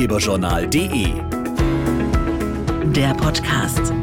Ratgeberjournal.de. Der Podcast.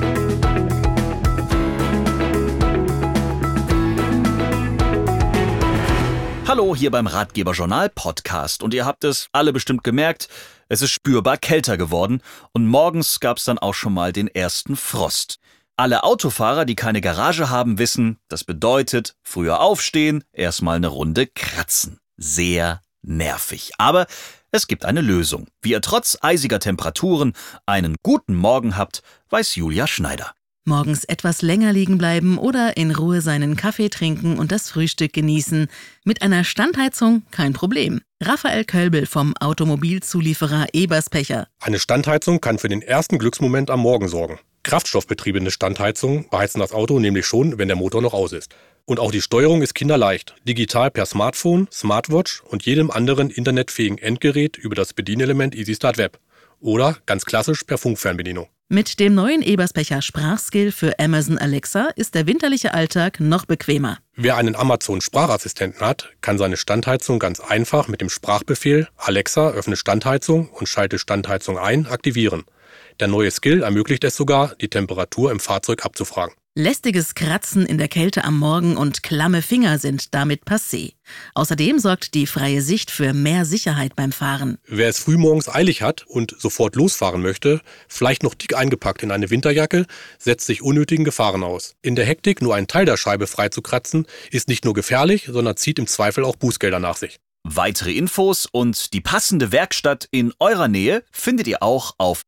Hallo, hier beim Ratgeberjournal Podcast. Und ihr habt es alle bestimmt gemerkt, es ist spürbar kälter geworden und morgens gab es dann auch schon mal den ersten Frost. Alle Autofahrer, die keine Garage haben, wissen, das bedeutet früher aufstehen, erstmal eine Runde kratzen. Sehr nervig. Aber es gibt eine Lösung. Wie ihr trotz eisiger Temperaturen einen guten Morgen habt, weiß Julia Schneider. Morgens etwas länger liegen bleiben oder in Ruhe seinen Kaffee trinken und das Frühstück genießen. Mit einer Standheizung kein Problem. Raphael Kölbel vom Automobilzulieferer Eberspecher. Eine Standheizung kann für den ersten Glücksmoment am Morgen sorgen. Kraftstoffbetriebene Standheizungen beheizen das Auto nämlich schon, wenn der Motor noch aus ist. Und auch die Steuerung ist kinderleicht. Digital per Smartphone, Smartwatch und jedem anderen internetfähigen Endgerät über das Bedienelement EasyStart Web. Oder ganz klassisch per Funkfernbedienung. Mit dem neuen Eberspecher Sprachskill für Amazon Alexa ist der winterliche Alltag noch bequemer. Wer einen Amazon-Sprachassistenten hat, kann seine Standheizung ganz einfach mit dem Sprachbefehl Alexa, öffne Standheizung und schalte Standheizung ein, aktivieren. Der neue Skill ermöglicht es sogar, die Temperatur im Fahrzeug abzufragen. Lästiges Kratzen in der Kälte am Morgen und klamme Finger sind damit passé. Außerdem sorgt die freie Sicht für mehr Sicherheit beim Fahren. Wer es frühmorgens eilig hat und sofort losfahren möchte, vielleicht noch dick eingepackt in eine Winterjacke, setzt sich unnötigen Gefahren aus. In der Hektik nur einen Teil der Scheibe freizukratzen, ist nicht nur gefährlich, sondern zieht im Zweifel auch Bußgelder nach sich. Weitere Infos und die passende Werkstatt in eurer Nähe findet ihr auch auf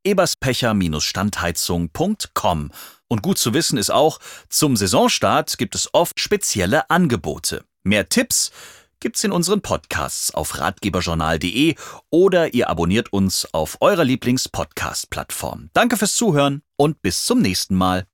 eberspecher-standheizung.com. Und gut zu wissen ist auch, zum Saisonstart gibt es oft spezielle Angebote. Mehr Tipps gibt's in unseren Podcasts auf ratgeberjournal.de oder ihr abonniert uns auf eurer Lieblings-Podcast-Plattform. Danke fürs Zuhören und bis zum nächsten Mal.